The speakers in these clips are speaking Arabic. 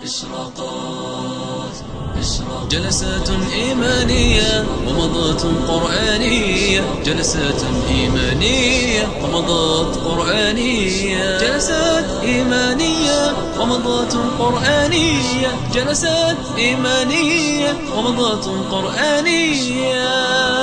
جلسات إيمانية ومضات قرآنية، جلسات إيمانية ومضات قرآنية، جلسات إيمانية ومضات قرآنية، جلسات إيمانية ومضات قرآنية.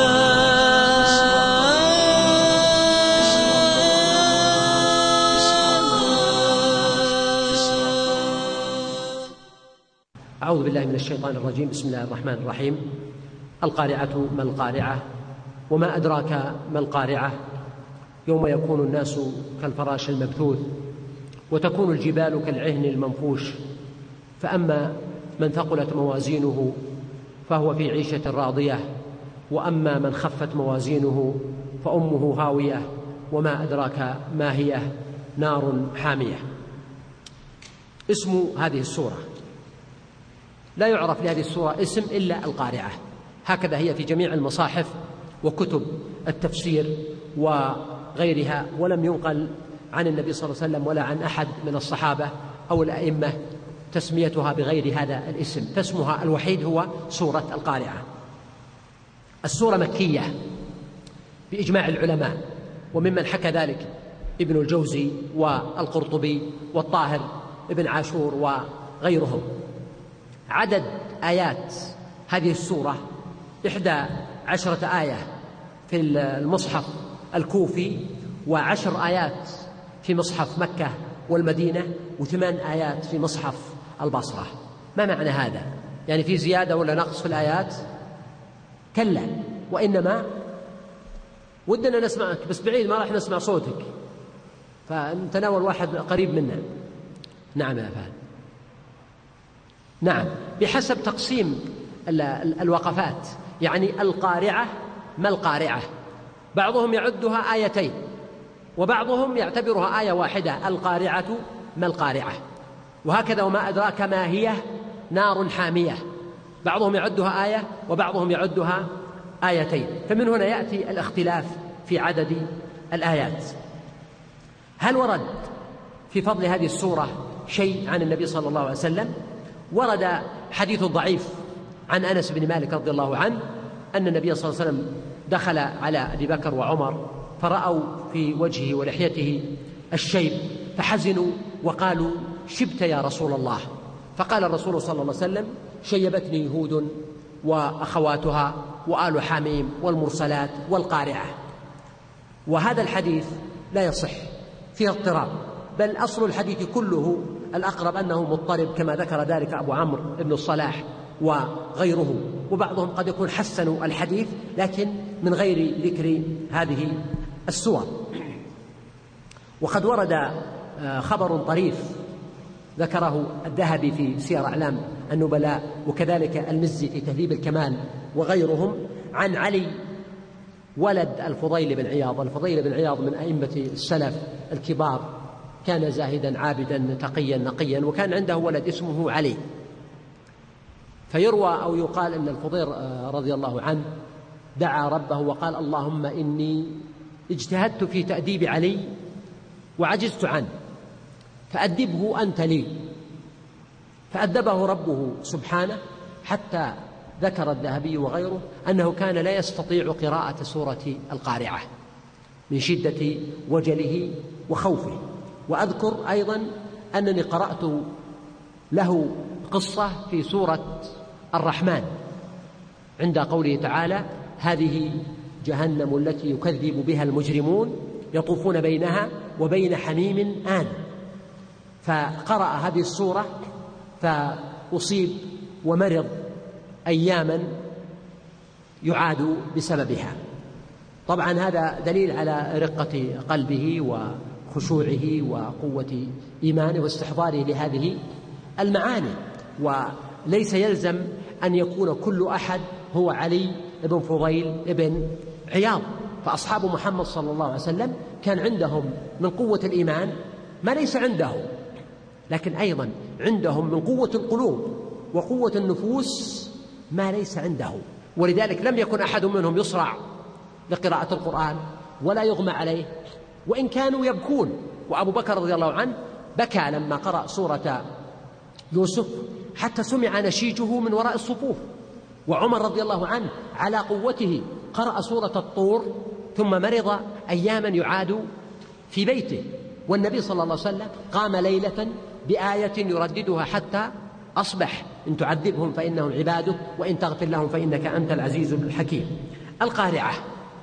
أعوذ بالله من الشيطان الرجيم. بسم الله الرحمن الرحيم. القارعة ما القارعة وما أدراك ما القارعة، يوم يكون الناس كالفراش المبثوث وتكون الجبال كالعهن المنفوش، فأما من ثقلت موازينه فهو في عيشة راضية، وأما من خفت موازينه فأمه هاوية وما أدراك ما هي، نار حامية. اسم هذه السورة لا يعرف لهذه السورة اسم إلا القارعة، هكذا هي في جميع المصاحف وكتب التفسير وغيرها، ولم ينقل عن النبي صلى الله عليه وسلم ولا عن أحد من الصحابة أو الأئمة تسميتها بغير هذا الاسم، فاسمها الوحيد هو سورة القارعة. السورة مكية بإجماع العلماء، وممن حكى ذلك ابن الجوزي والقرطبي والطاهر ابن عاشور وغيرهم. عدد آيات هذه السورة 11 آية في المصحف الكوفي، و10 آيات في مصحف مكة والمدينة، و8 آيات في مصحف البصرة. ما معنى هذا؟ يعني في زيادة ولا نقص في الآيات؟ كلا، وإنما ودنا نسمعك بس بعيد، ما راح نسمع صوتك، فنتناول واحد قريب منا. نعم يا فهد. نعم، بحسب تقسيم الوقفات، يعني القارعة ما القارعة، بعضهم يعدها آيتين وبعضهم يعتبرها آية واحدة، القارعة ما القارعة، وهكذا وما أدراك ما هي، نار حامية، بعضهم يعدها آية وبعضهم يعدها آيتين، فمن هنا يأتي الاختلاف في عدد الآيات. هل ورد في فضل هذه السورة شيء عن النبي صلى الله عليه وسلم؟ ورد حديث ضعيف عن أنس بن مالك رضي الله عنه أن النبي صلى الله عليه وسلم دخل على أبي بكر وعمر فرأوا في وجهه ولحيته الشيب فحزنوا وقالوا: شبت يا رسول الله. فقال الرسول صلى الله عليه وسلم: شيبتني هود وأخواتها وآل حميم والمرسلات والقارعة. وهذا الحديث لا يصح، فيه اضطراب، بل أصل الحديث كله الأقرب أنه مضطرب، كما ذكر ذلك أبو عمرو بن الصلاح وغيره، وبعضهم قد يكون حسنوا الحديث لكن من غير ذكر هذه السور. وقد ورد خبر طريف ذكره الذهبي في سير أعلام النبلاء، وكذلك المزي في تهذيب الكمال وغيرهم، عن علي ولد الفضيل بن عياض. الفضيل بن عياض من أئمة السلف الكبار، كان زاهدا عابدا تقيا نقيا، وكان عنده ولد اسمه علي. فيروى أو يقال أن الفضيل رضي الله عنه دعا ربه وقال: اللهم إني اجتهدت في تأديب علي وعجزت عنه، فأدبه أنت لي. فأدبه ربه سبحانه، حتى ذكر الذهبي وغيره أنه كان لا يستطيع قراءة سورة القارعة من شدة وجله وخوفه. وأذكر أيضا أنني قرأت له قصة في سورة الرحمن عند قوله تعالى: هذه جهنم التي يكذب بها المجرمون يطوفون بينها وبين حميم آن. فقرأ هذه السورة فأصيب ومرض أياما يعاد بسببها. طبعا هذا دليل على رقة قلبه وخشوعه وقوة إيمانه واستحضاره لهذه المعاني. وليس يلزم أن يكون كل أحد هو علي بن فضيل بن عياض، فأصحاب محمد صلى الله عليه وسلم كان عندهم من قوة الإيمان ما ليس عنده، لكن أيضا عندهم من قوة القلوب وقوة النفوس ما ليس عنده، ولذلك لم يكن أحد منهم يصرع لقراءة القرآن ولا يغمى عليه، وإن كانوا يبكون. وأبو بكر رضي الله عنه بكى لما قرأ سورة يوسف حتى سمع نشيجه من وراء الصفوف. وعمر رضي الله عنه على قوته قرأ سورة الطور ثم مرض أياما يعاد في بيته، والنبي صلى الله عليه وسلم قام ليلة بآية يرددها حتى أصبح: إن تعذبهم فإنهم عبادك وإن تغفر لهم فإنك أنت العزيز الحكيم. القارعة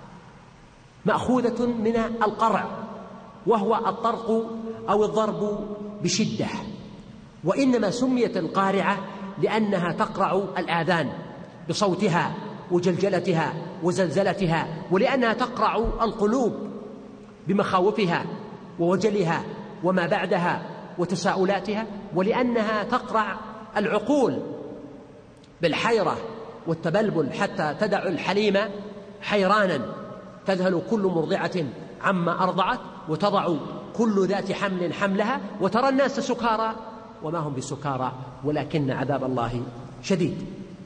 مأخوذة من القرع، وهو الطرق أو الضرب بشدة، وإنما سميت القارعة لأنها تقرع الآذان بصوتها وجلجلتها وزلزلتها، ولأنها تقرع القلوب بمخاوفها ووجلها وما بعدها وتساؤلاتها، ولأنها تقرع العقول بالحيرة والتبلبل حتى تدع الحليم حيرانا، تذهل كل مرضعة عما أرضعت وتضع كل ذات حمل حملها، وترى الناس سكارى وما هم بسكارى ولكن عذاب الله شديد.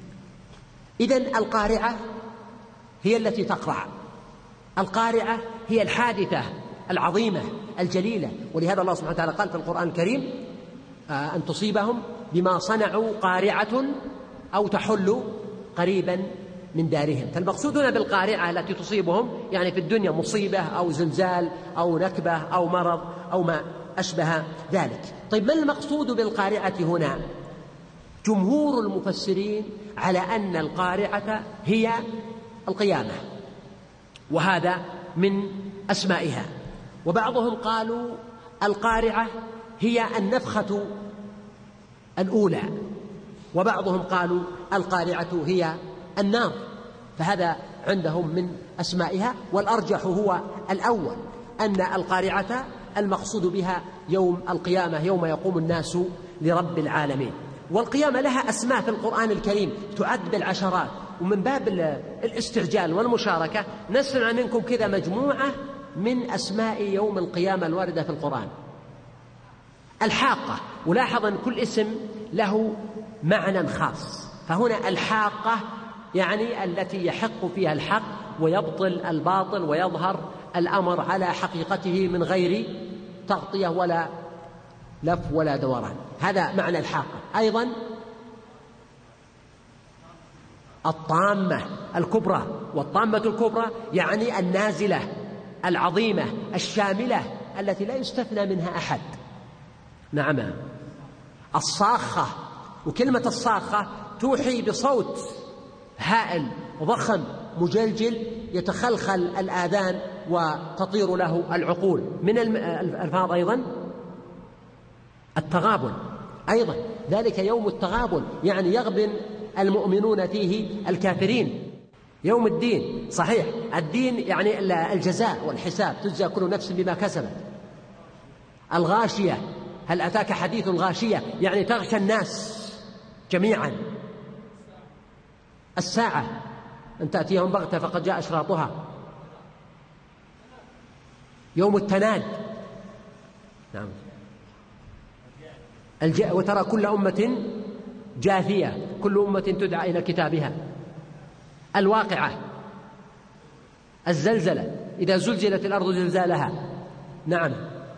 إذن القارعة هي التي تقرع، القارعة هي الحادثة العظيمة الجليلة، ولهذا الله سبحانه وتعالى قال في القرآن الكريم: أن تصيبهم بما صنعوا قارعة أو تحل قريبا من دارهم. فالمقصود هنا بالقارعة التي تصيبهم يعني في الدنيا مصيبة أو زلزال أو نكبة أو مرض أو ما أشبه ذلك. طيب، ما المقصود بالقارعة هنا؟ جمهور المفسرين على أن القارعة هي القيامة، وهذا من أسمائها. وبعضهم قالوا القارعة هي النفخة الأولى، وبعضهم قالوا القارعة هي النار، فهذا عندهم من أسمائها. والأرجح هو الأول، أن القارعة المقصود بها يوم القيامة، يوم يقوم الناس لرب العالمين. والقيامة لها أسماء في القرآن الكريم تعد بالعشرات، ومن باب الاستعجال والمشاركة نسمع منكم كذا مجموعة من أسماء يوم القيامة الواردة في القرآن. الحاقة، ولاحظ أن كل اسم له معنى خاص، فهنا الحاقة يعني التي يحق فيها الحق ويبطل الباطل ويظهر الأمر على حقيقته من غير تغطية ولا لف ولا دوران، هذا معنى الحاقة. أيضا الطامة الكبرى، والطامة الكبرى يعني النازلة العظيمة الشاملة التي لا يستثنى منها أحد. نعم. الصاخة، وكلمة الصاخة توحي بصوت هائل ضخم مجلجل يتخلخل الآذان وتطير له العقول. من الألفاظ أيضا التغابن، أيضا ذلك يوم التغابن يعني يغبن المؤمنون فيه الكافرين. يوم الدين، صحيح، الدين يعني الجزاء والحساب، تجزى كل نفس بما كسبت. الغاشية، هل أتاك حديث الغاشية يعني تغشى الناس جميعا. الساعة أن تأتيهم بغتة فقد جاء أشراطها. يوم التناد، نعم، وترى كل أمة جاثية، كل أمة تدعى إلى كتابها. الواقعة، الزلزلة، إذا زلزلت الأرض زلزالها. نعم.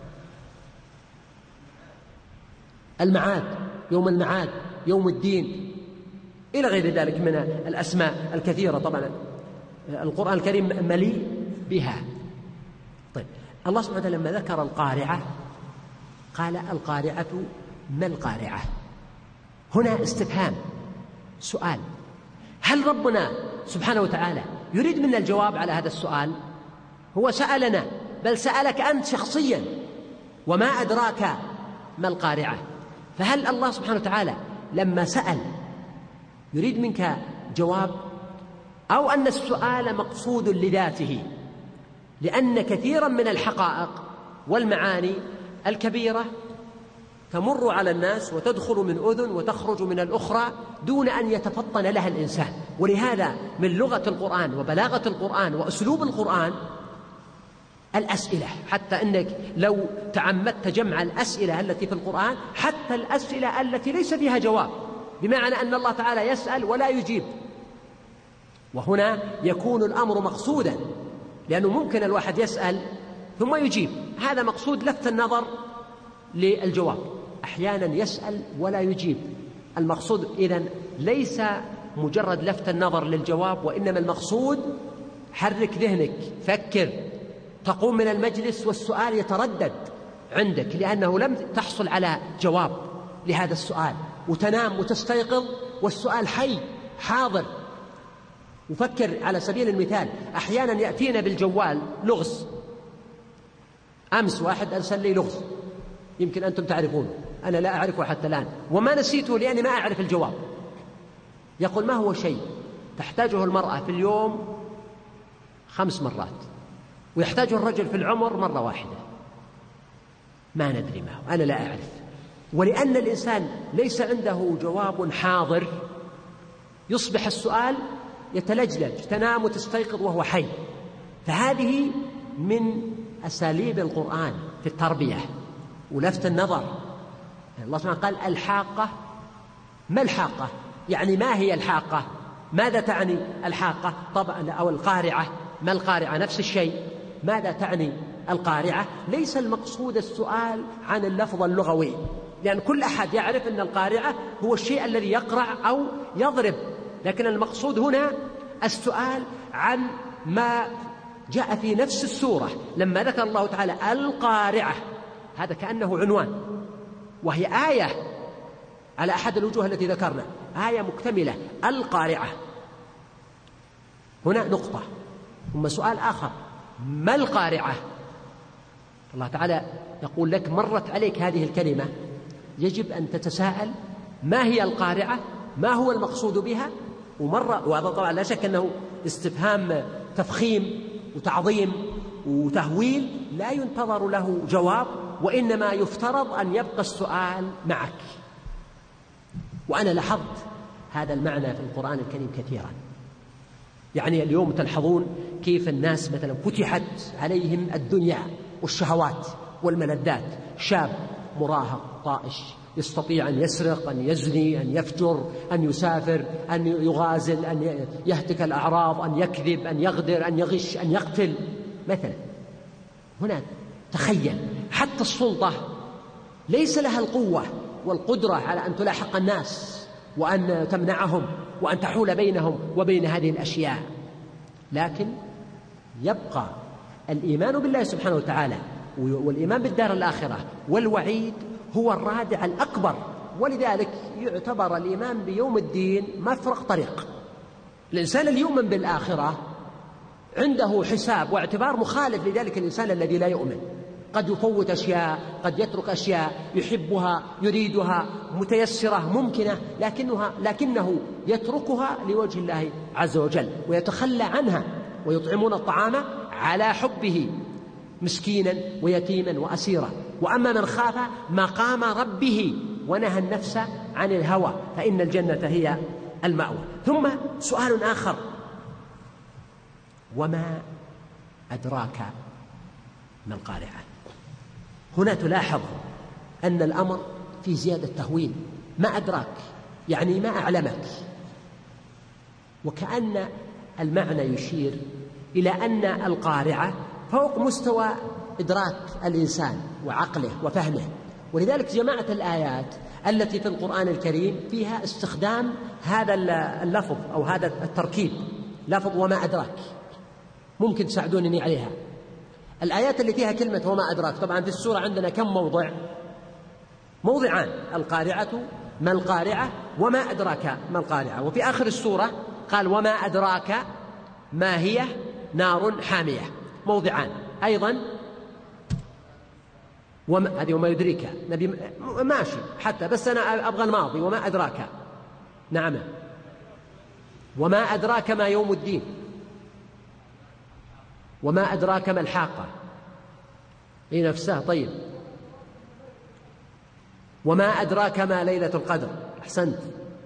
المعاد، يوم المعاد، يوم الدين، إلى غير ذلك من الأسماء الكثيرة. طبعا القرآن الكريم مليء بها. طيب، الله سبحانه وتعالى لما ذكر القارعة قال: القارعة ما القارعة؟ هنا استفهام، سؤال. هل ربنا سبحانه وتعالى يريد منا الجواب على هذا السؤال؟ هو سألنا، بل سألك أنت شخصيا: وما أدراك ما القارعة؟ فهل الله سبحانه وتعالى لما سأل يريد منك جواب، أو أن السؤال مقصود لذاته؟ لأن كثيرا من الحقائق والمعاني الكبيرة تمر على الناس وتدخل من أذن وتخرج من الأخرى دون أن يتفطن لها الإنسان. ولهذا من لغة القرآن وبلاغة القرآن وأسلوب القرآن الأسئلة، حتى أنك لو تعمدت جمع الأسئلة التي في القرآن، حتى الأسئلة التي ليس فيها جواب، بمعنى أن الله تعالى يسأل ولا يجيب، وهنا يكون الأمر مقصودا، لأنه ممكن الواحد يسأل ثم يجيب، هذا مقصود لفت النظر للجواب. أحيانا يسأل ولا يجيب. المقصود إذن ليس مجرد لفت النظر للجواب، وإنما المقصود حرك ذهنك، فكر، تقوم من المجلس والسؤال يتردد عندك لأنه لم تحصل على جواب لهذا السؤال، وتنام وتستيقظ والسؤال حي حاضر. وفكر على سبيل المثال، أحيانا يأتينا بالجوال لغز. أمس واحد أرسل لي لغز يمكن أنتم تعرفونه، أنا لا أعرفه حتى الآن، وما نسيته لأني ما أعرف الجواب. يقول: ما هو شيء تحتاجه المرأة في اليوم 5 مرات ويحتاجه الرجل في العمر مرة واحدة. ما ندري ما هو، أنا لا أعرف. ولأن الإنسان ليس عنده جواب حاضر يصبح السؤال يتلجلج، تنام وتستيقظ وهو حي. فهذه من أساليب القرآن في التربية ولفت النظر. الله سبحانه قال: الحاقة. ما الحاقة؟ يعني ما هي الحاقة؟ ماذا تعني الحاقة؟ طبعا أو القارعة. ما القارعة؟ نفس الشيء. ماذا تعني القارعة؟ ليس المقصود السؤال عن اللفظ اللغوي، لأن كل أحد يعرف أن القارعة هو الشيء الذي يقرع أو يضرب، لكن المقصود هنا السؤال عن ما جاء في نفس السورة لما ذكر الله تعالى القارعة، هذا كأنه عنوان، وهي آية على أحد الوجوه التي ذكرنا، آية مكتملة القارعة. هنا نقطة. ثم سؤال آخر: ما القارعة؟ الله تعالى يقول لك مرت عليك هذه الكلمة، يجب أن تتساءل ما هي القارعة، ما هو المقصود بها. وهذا طبعا لا شك أنه استفهام تفخيم وتعظيم وتهويل لا ينتظر له جواب، وإنما يفترض أن يبقى السؤال معك. وأنا لاحظت هذا المعنى في القرآن الكريم كثيرا. يعني اليوم تلحظون كيف الناس مثلا فتحت عليهم الدنيا والشهوات والملذات، شاب مراهق طائش يستطيع أن يسرق، أن يزني، أن يفجر، أن يسافر، أن يغازل، أن يهتك الأعراض، أن يكذب، أن يغدر، أن يغش، أن يقتل مثلا. هنا تخيل حتى السلطة ليس لها القوة والقدرة على أن تلاحق الناس وأن تمنعهم وأن تحول بينهم وبين هذه الأشياء، لكن يبقى الإيمان بالله سبحانه وتعالى والإيمان بالدار الآخرة والوعيد هو الرادع الأكبر. ولذلك يعتبر الإيمان بيوم الدين مفرق طريق. الإنسان اللي يؤمن بالآخرة عنده حساب واعتبار مخالف لذلك الإنسان الذي لا يؤمن. قد يفوت أشياء، قد يترك أشياء يحبها يريدها متيسرة ممكنة، لكنه يتركها لوجه الله عز وجل ويتخلى عنها. ويطعمون الطعام على حبه مسكينا ويتيما وأسيرا. وأما من خاف مقام ربه ونهى النفس عن الهوى فإن الجنة هي المأوى. ثم سؤال آخر: وما أدراك ما القارعة؟ هنا تلاحظ أن الأمر في زيادة تهويل. ما أدراك يعني ما أعلمك، وكأن المعنى يشير إلى أن القارعة فوق مستوى إدراك الإنسان وعقله وفهمه. ولذلك جماعة الآيات التي في القرآن الكريم فيها استخدام هذا اللفظ أو هذا التركيب، لفظ وما أدراك. ممكن تساعدونني عليها؟ الآيات اللي فيها كلمة وما أدراك، طبعا في السورة عندنا كم موضع؟ موضعان: القارعة ما القارعة وما أدراك ما القارعة. وفي آخر السورة قال وما أدراك ما هي نار حامية. موضعان أيضا. هذه وما يدريك نبي ماشي حتى، بس أنا أبغى الماضي. وما أدراك، نعم. وما أدراك ما يوم الدين، وما أدراك ما الحاقة، هي نفسها. طيب، وما أدراك ما ليلة القدر. أحسنت.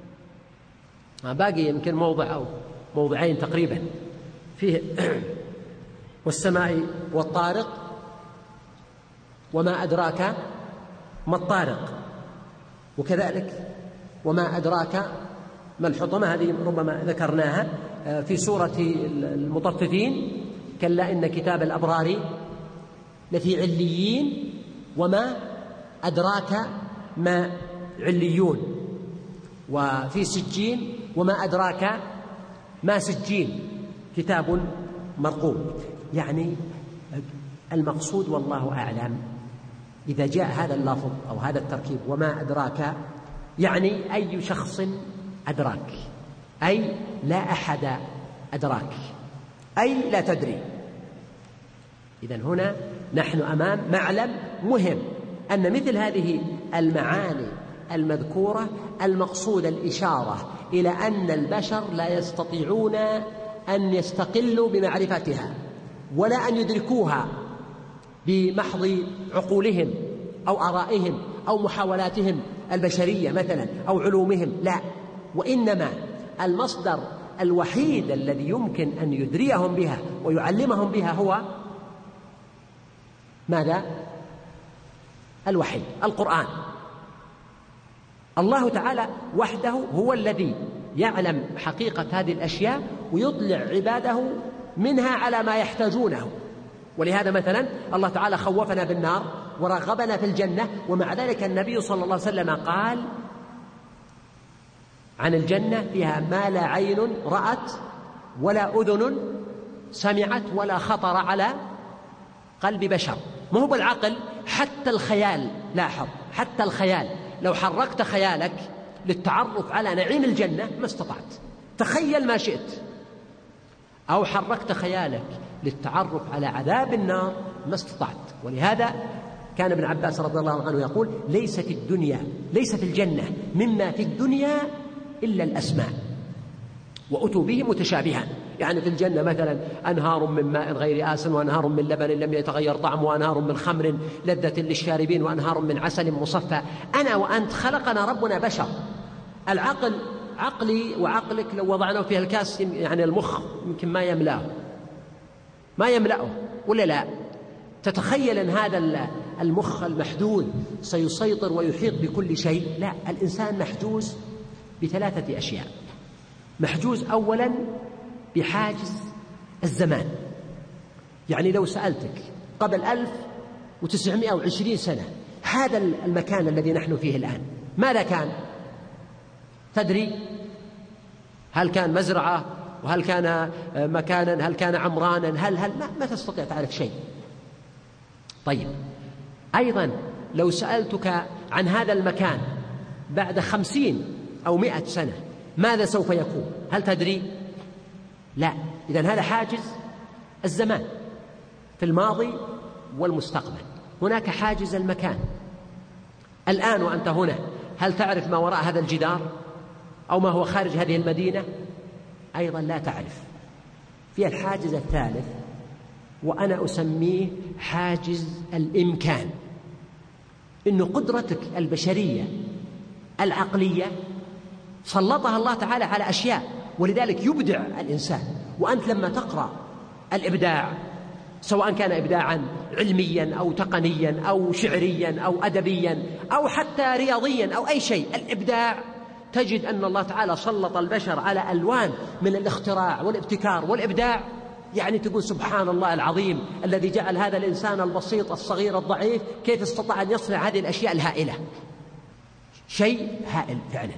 باقي يمكن موضع أو موضعين تقريبا فيه والسماء والطارق، وما أدراك ما الطارق، وكذلك وما أدراك ما الحطمة. هذه ربما ذكرناها في سورة المطففين: كلا إن كتاب الأبرار لفي عليين، وما أدراك ما عليون، وفي سجين وما أدراك ما سجين كتاب مرقوم. يعني المقصود والله أعلم إذا جاء هذا اللفظ أو هذا التركيب وما أدراك، يعني أي شخص أدراك، أي لا أحد أدراك، أي لا تدري. إذن هنا نحن أمام معلم مهم، أن مثل هذه المعاني المذكورة المقصود الإشارة إلى أن البشر لا يستطيعون أن يستقلوا بمعرفتها ولا أن يدركوها بمحض عقولهم أو آرائهم أو محاولاتهم البشرية مثلا أو علومهم، لا، وإنما المصدر الوحيد الذي يمكن أن يدريهم بها ويعلمهم بها هو ماذا؟ الوحي، القرآن. الله تعالى وحده هو الذي يعلم حقيقة هذه الأشياء ويطلع عباده منها على ما يحتاجونه. ولهذا مثلا الله تعالى خوفنا بالنار ورغبنا في الجنة، ومع ذلك النبي صلى الله عليه وسلم قال عن الجنة فيها ما لا عين رأت ولا أذن سمعت ولا خطر على قلب بشر. ما هو بالعقل، حتى الخيال، لاحظ، حتى الخيال لو حركت خيالك للتعرف على نعيم الجنة ما استطعت، تخيل ما شئت، أو حركت خيالك للتعرف على عذاب النار ما استطعت. ولهذا كان ابن عباس رضي الله عنه يقول ليست الجنة مما في الدنيا إلا الأسماء، وأتوا به متشابها. يعني في الجنة مثلا أنهار من ماء غير آسن وأنهار من لبن لم يتغير طعمه وأنهار من خمر لذة للشاربين وأنهار من عسل مصفى. أنا وأنت خلقنا ربنا بشر، العقل عقلي وعقلك لو وضعناه في الكاس يعني المخ يمكن ما يملأه ولا لا؟ تتخيل أن هذا المخ المحدود سيسيطر ويحيط بكل شيء؟ لا، الإنسان محجوز بثلاثة أشياء. محجوز أولا بحاجز الزمان، يعني لو سألتك قبل 1920 سنة هذا المكان الذي نحن فيه الآن ماذا كان؟ تدري؟ هل كان مزرعة؟ وهل كان مكانا؟ هل كان عمرانا؟ هل ما تستطيع تعرف شيء. طيب، أيضا لو سألتك عن هذا المكان بعد 50 أو 100 سنة ماذا سوف يكون؟ هل تدري؟ لا. إذن هذا حاجز الزمان في الماضي والمستقبل. هناك حاجز المكان. الآن وأنت هنا هل تعرف ما وراء هذا الجدار أو ما هو خارج هذه المدينة؟ أيضا لا تعرف. في الحاجز الثالث وأنا أسميه حاجز الإمكان، إن قدرتك البشرية العقلية سلطها الله تعالى على أشياء، ولذلك يبدع الإنسان. وأنت لما تقرأ الإبداع سواء كان إبداعا علميا أو تقنيا أو شعريا أو أدبيا أو حتى رياضيا أو أي شيء، الإبداع تجد أن الله تعالى سلط البشر على ألوان من الاختراع والابتكار والإبداع. يعني تقول سبحان الله العظيم الذي جعل هذا الإنسان البسيط الصغير الضعيف كيف استطاع أن يصنع هذه الأشياء الهائلة. شيء هائل فعلا.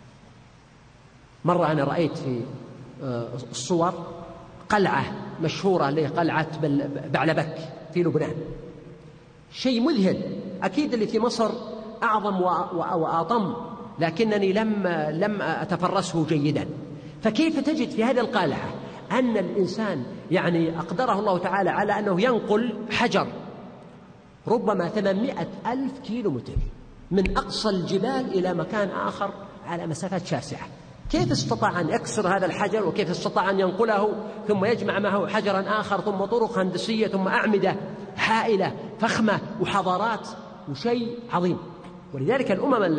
مرة أنا رأيت في الصور قلعة مشهورة اللي قلعة بعلبك في لبنان، شيء مذهل. أكيد اللي في مصر أعظم وأطم، لكنني لم أتفرسه جيدا. فكيف تجد في هذه القلعة أن الإنسان يعني أقدره الله تعالى على أنه ينقل حجر ربما 800,000 كيلومتر من أقصى الجبال إلى مكان آخر على مسافات شاسعة. كيف استطاع أن يكسر هذا الحجر وكيف استطاع أن ينقله ثم يجمع معه حجرا آخر ثم طرق هندسية ثم أعمدة هائلة فخمة وحضارات وشيء عظيم. ولذلك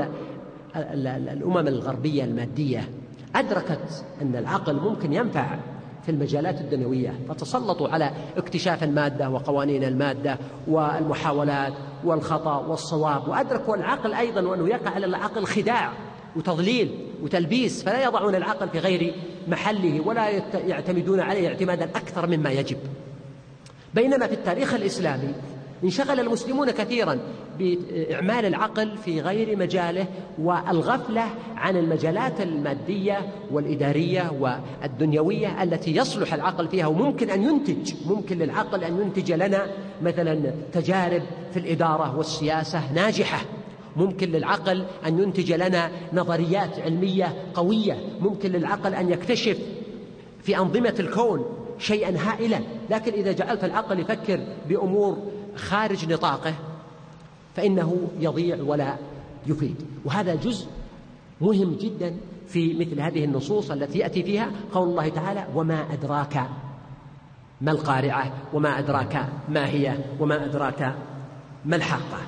الأمم الغربية المادية أدركت أن العقل ممكن ينفع في المجالات الدنيوية، فتسلطوا على اكتشاف المادة وقوانين المادة والمحاولات والخطأ والصواب، وأدركوا العقل أيضا وأنه يقع على العقل خداع وتضليل وتلبيس، فلا يضعون العقل في غير محله ولا يعتمدون عليه اعتمادا أكثر مما يجب. بينما في التاريخ الإسلامي انشغل المسلمون كثيرا بإعمال العقل في غير مجاله والغفلة عن المجالات المادية والإدارية والدنيوية التي يصلح العقل فيها، وممكن أن ينتج، ممكن للعقل أن ينتج لنا مثلا تجارب في الإدارة والسياسة ناجحة، ممكن للعقل أن ينتج لنا نظريات علمية قوية، ممكن للعقل أن يكتشف في أنظمة الكون شيئا هائلا. لكن إذا جعلت العقل يفكر بأمور خارج نطاقه فإنه يضيع ولا يفيد. وهذا جزء مهم جدا في مثل هذه النصوص التي يأتي فيها قول الله تعالى: وما أدراك ما القارعة، وما أدراك ما هي، وما أدراك ما الحاقة.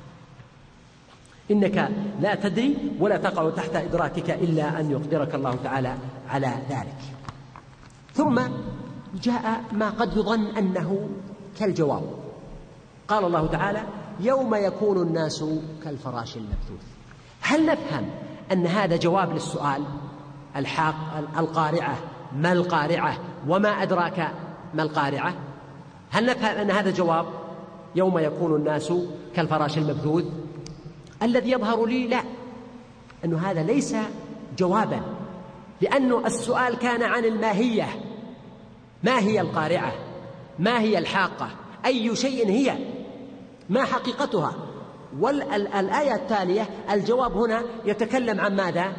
إنك لا تدري ولا تقع تحت إدراكك إلا أن يقدرك الله تعالى على ذلك. ثم جاء ما قد يظن أنه كالجواب. قال الله تعالى: يوم يكون الناس كالفراش المبثوث. هل نفهم أن هذا جواب للسؤال القارعة ما القارعة وما أدراك ما القارعة؟ هل نفهم أن هذا جواب يوم يكون الناس كالفراش المبثوث؟ الذي يظهر لي لا، أن هذا ليس جوابا، لأن السؤال كان عن الماهية. ما هي القارعة؟ ما هي الحاقة؟ أي شيء هي؟ ما حقيقتها؟ والآية التالية الجواب هنا يتكلم عن ماذا؟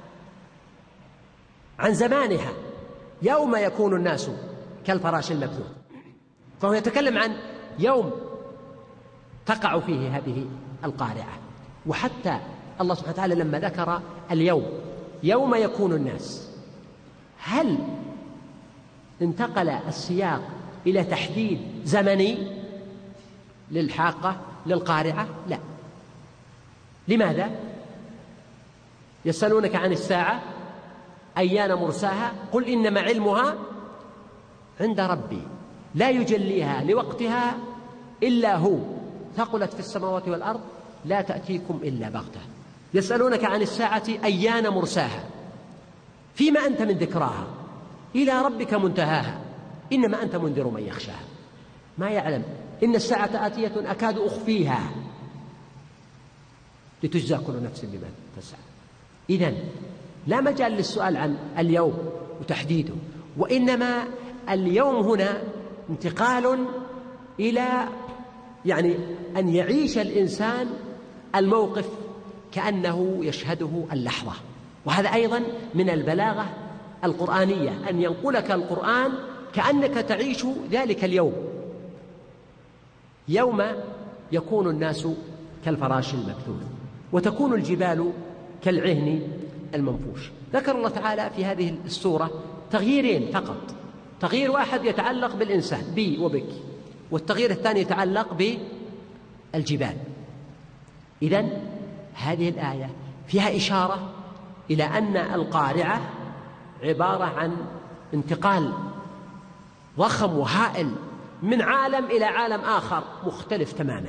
عن زمانها، يوم يكون الناس كالفراش المبثوث، فهو يتكلم عن يوم تقع فيه هذه القارعة. وحتى الله سبحانه وتعالى لما ذكر اليوم يوم يكون الناس، هل انتقل السياق إلى تحديد زمني للحاقة للقارعة؟ لا. لماذا؟ يسألونك عن الساعة أيان مرساها قل إنما علمها عند ربي لا يجليها لوقتها إلا هو ثقلت في السماوات والأرض لا تأتيكم إلا بغتة. يسألونك عن الساعة أيان مرساها فيما أنت من ذكراها إلى ربك منتهاها إنما أنت منذر من يخشاها. ما يعلم إن الساعة آتية أكاد أخفيها لتجزى كل نفس بما تسعى. إذن لا مجال للسؤال عن اليوم وتحديده، وإنما اليوم هنا انتقال إلى أن يعيش الإنسان الموقف كأنه يشهده اللحظة. وهذا أيضا من البلاغة القرآنية، أن ينقلك القرآن كأنك تعيش ذلك اليوم. يوم يكون الناس كالفراش المبثوث وتكون الجبال كالعهن المنفوش. ذكر الله تعالى في هذه السورة تغييرين فقط، تغيير واحد يتعلق بالإنسان بي وبك، والتغيير الثاني يتعلق بالجبال. إذن هذه الآية فيها إشارة إلى أن القارعة عبارة عن انتقال ضخم وهائل من عالم إلى عالم آخر مختلف تماما.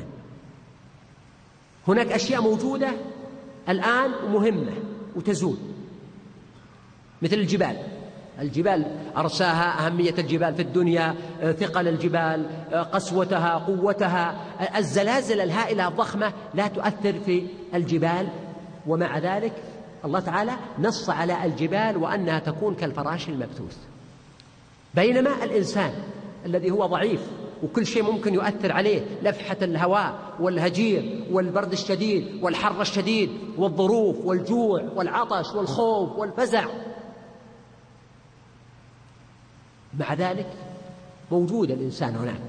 هناك أشياء موجودة الآن مهمة وتزول، مثل الجبال أرساها، أهمية الجبال في الدنيا، ثقل الجبال، قسوتها، قوتها، الزلازل الهائلة الضخمة لا تؤثر في الجبال، ومع ذلك الله تعالى نص على الجبال وأنها تكون كالفراش المبثوث. بينما الإنسان الذي هو ضعيف وكل شيء ممكن يؤثر عليه، لفحة الهواء والهجير والبرد الشديد والحر الشديد والظروف والجوع والعطش والخوف والفزع، مع ذلك موجود الإنسان هناك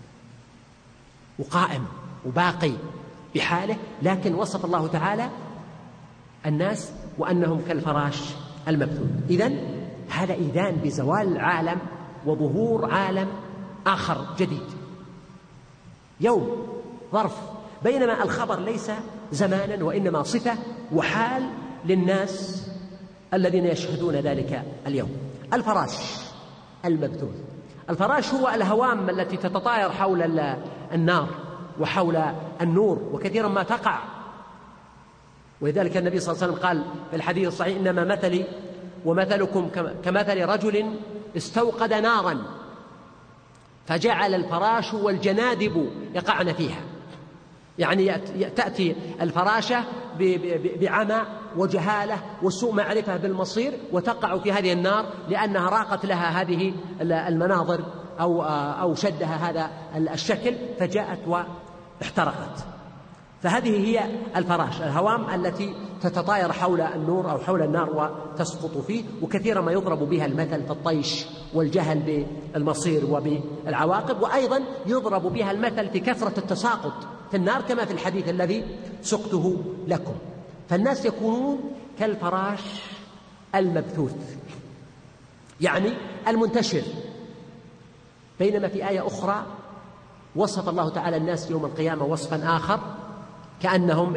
وقائم وباقي بحاله. لكن وصف الله تعالى الناس وأنهم كالفراش المبثوث. إذن هذا إذان بزوال العالم وظهور عالم آخر جديد، يوم ظرف، بينما الخبر ليس زمانا وإنما صفة وحال للناس الذين يشهدون ذلك اليوم. الفراش المبثوث، الفراش هو الهوام التي تتطاير حول النار وحول النور، وكثيرا ما تقع. ولذلك النبي صلى الله عليه وسلم قال في الحديث الصحيح: إنما مثلي ومثلكم كمثل رجل استوقد نارا فجعل الفراش والجنادب يقعن فيها، يعني تأتي الفراشة بعمى وجهالة وسوء معرفة بالمصير وتقع في هذه النار لأنها راقت لها هذه المناظر أو شدها هذا الشكل فجاءت واحترقت. فهذه هي الفراش، الهوام التي تتطاير حول النور أو حول النار وتسقط فيه، وكثيرا ما يضرب بها المثل في الطيش والجهل بالمصير وبالعواقب، وأيضا يضرب بها المثل في كثرة التساقط في النار كما في الحديث الذي سقته لكم. فالناس يكونون كالفراش المبثوث، يعني المنتشر. بينما في آية أخرى وصف الله تعالى الناس يوم القيامة وصفا آخر كأنهم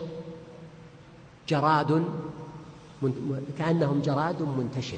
كأنهم جراد منتشر.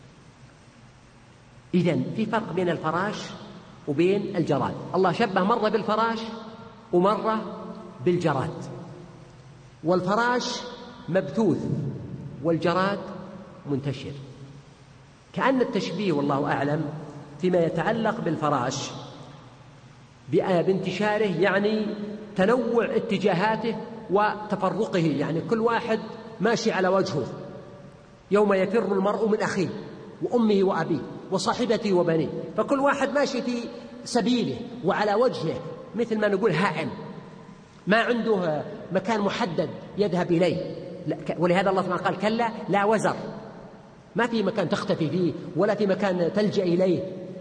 إذن في فرق بين الفراش وبين الجراد. الله شبه مرة بالفراش ومرة بالجراد، والفراش مبثوث والجراد منتشر. كأن التشبيه والله أعلم فيما يتعلق بالفراش بانتشاره، يعني تنوع اتجاهاته وتفرقه، يعني كل واحد ماشي على وجهه. يوم يفر المرء من أخيه وأمه وأبيه وصاحبته وبنيه، فكل واحد ماشي في سبيله وعلى وجهه، مثل ما نقول هائم، ما عنده مكان محدد يذهب إليه. ولهذا الله سبحانه قال كلا لا وزر، ما في مكان تختفي فيه ولا في مكان تلجأ إليه.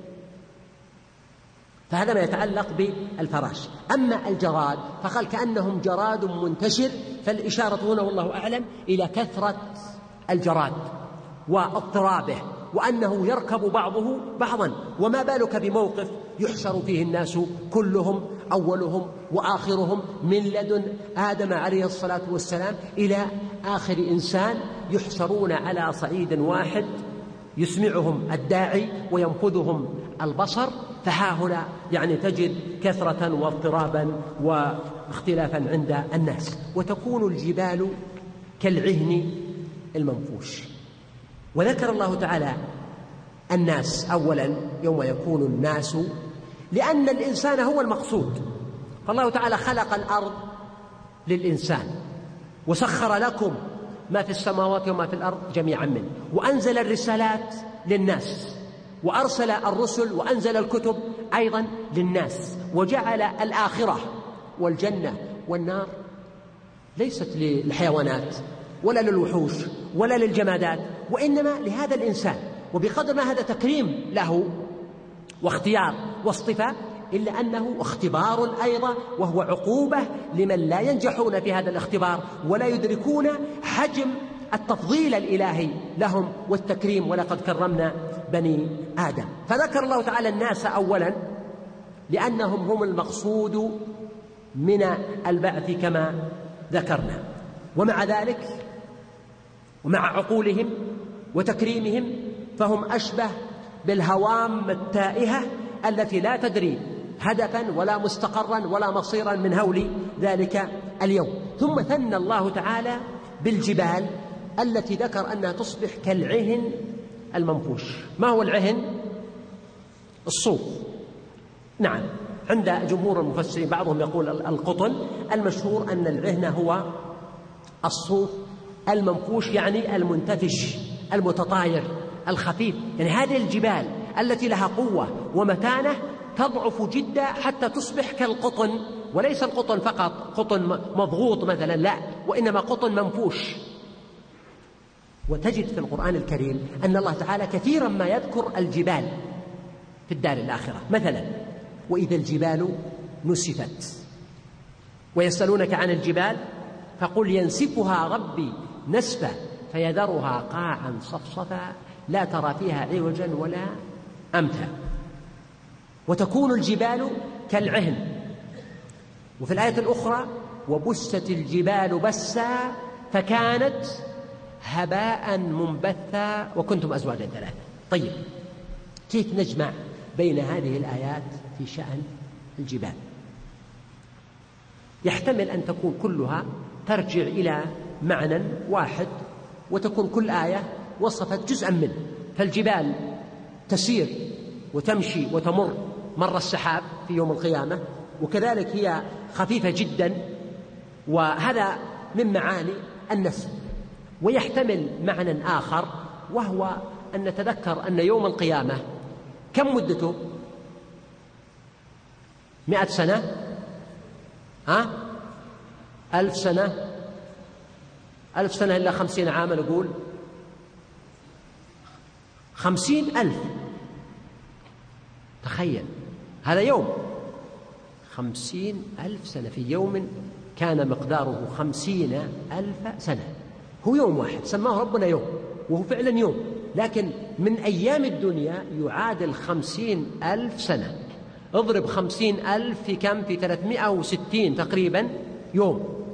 فهذا ما يتعلق بالفراش. أما الجراد فقال كأنهم جراد منتشر، فالإشارة هنا والله أعلم إلى كثرة الجراد واضطرابه، وأنه يركب بعضه بعضا. وما بالك بموقف يحشر فيه الناس كلهم، أولهم وآخرهم، من لدن آدم عليه الصلاة والسلام إلى آخر إنسان، يحشرون على صعيد واحد يسمعهم الداعي وينفذهم البصر. فها هنا يعني تجد كثرة واضطرابا واختلافا عند الناس. وتكون الجبال كالعهن المنفوش. وذكر الله تعالى الناس أولا يوم يكون الناس، لأن الإنسان هو المقصود. فالله تعالى خلق الأرض للإنسان وسخر لكم ما في السماوات وما في الأرض جميعا منه، وأنزل الرسالات للناس، وأرسل الرسل وأنزل الكتب أيضا للناس، وجعل الآخرة والجنة والنار ليست للحيوانات ولا للوحوش ولا للجمادات، وإنما لهذا الإنسان. وبقدر ما هذا تكريم له واختيار واصطفاء، إلا أنه اختبار أيضا، وهو عقوبة لمن لا ينجحون في هذا الاختبار ولا يدركون حجم التفضيل الإلهي لهم والتكريم. ولقد كرمنا بني آدم. فذكر الله تعالى الناس أولا لأنهم هم المقصود من البعث كما ذكرنا، ومع ذلك ومع عقولهم وتكريمهم فهم أشبه بالهوام التائهة التي لا تدري هدفا ولا مستقرا ولا مصيرا من هول ذلك اليوم. ثم ثنى الله تعالى بالجبال التي ذكر أنها تصبح كالعهن المنفوش. ما هو العهن؟ الصوف. نعم، عند جمهور المفسرين بعضهم يقول القطن، المشهور أن العهن هو الصوف المنفوش، يعني المنتفش المتطاير الخفيف. يعني هذه الجبال التي لها قوة ومتانة تضعف جدا حتى تصبح كالقطن، وليس القطن فقط قطن مضغوط مثلا، لا، وإنما قطن منفوش. وتجد في القرآن الكريم أن الله تعالى كثيرا ما يذكر الجبال في الدار الآخرة. مثلا وإذا الجبال نسفت، ويسألونك عن الجبال فقل ينسفها ربي نسفا فيذرها قاعا صفصفا لا ترى فيها عوجا ولا أمتا. وتكون الجبال كالعهن. وفي الآية الأخرى وبست الجبال بسا فكانت هباء منبثا وكنتم أزواجا ثلاثة. طيب، كيف نجمع بين هذه الآيات في شأن الجبال؟ يحتمل أن تكون كلها ترجع إلى معنى واحد، وتكون كل آية وصفت جزءا منه. فالجبال تسير وتمشي وتمر مر السحاب في يوم القيامة، وكذلك هي خفيفة جدا، وهذا من معاني النسل. ويحتمل معنى آخر، وهو أن نتذكر أن يوم القيامة كم مدته؟ 100 سنة؟ 1000 سنة؟ 1000 سنة إلا 50 عاما، نقول 50,000. تخيل هذا يوم 50,000 سنة، في يوم كان مقداره 50,000 سنة. هو يوم واحد سماه ربنا يوم، وهو فعلا يوم، لكن من أيام الدنيا يعادل 50,000 سنة. اضرب 50,000 في كم؟ في 360 تقريبا يوم.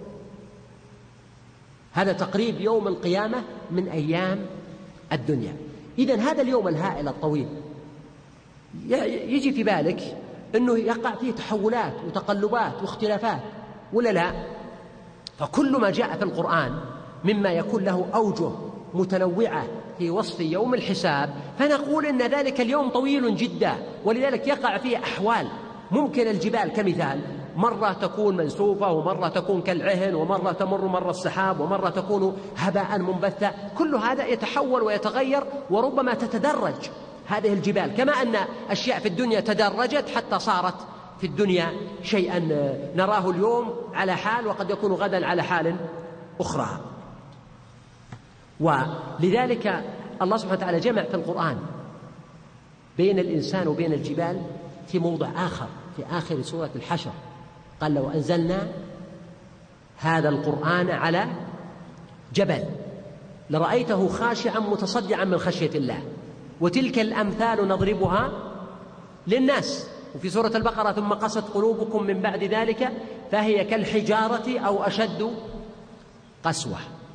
هذا تقريب يوم القيامة من أيام الدنيا. إذن هذا اليوم الهائل الطويل يجي في بالك أنه يقع فيه تحولات وتقلبات واختلافات، ولا لا؟ فكل ما جاء في القرآن مما يكون له أوجه متنوعة في وصف يوم الحساب، فنقول إن ذلك اليوم طويل جدا، ولذلك يقع فيه أحوال. ممكن الجبال كمثال مرة تكون منسوفة، ومرة تكون كالعهن، ومرة تمر مر السحاب، ومرة تكون هباء منبثا. كل هذا يتحول ويتغير، وربما تتدرج هذه الجبال، كما أن أشياء في الدنيا تدرجت حتى صارت في الدنيا شيئا نراه اليوم على حال، وقد يكون غدا على حال أخرى. ولذلك الله سبحانه وتعالى جمع في القرآن بين الإنسان وبين الجبال في موضع آخر، في آخر سورة الحشر، قال: لو أنزلنا هذا القرآن على جبل لرأيته خاشعا متصدعا من خشية الله، وتلك الأمثال نضربها للناس. وفي سورة البقرة: ثم قست قلوبكم من بعد ذلك فهي كالحجارة أو أشد قسوة.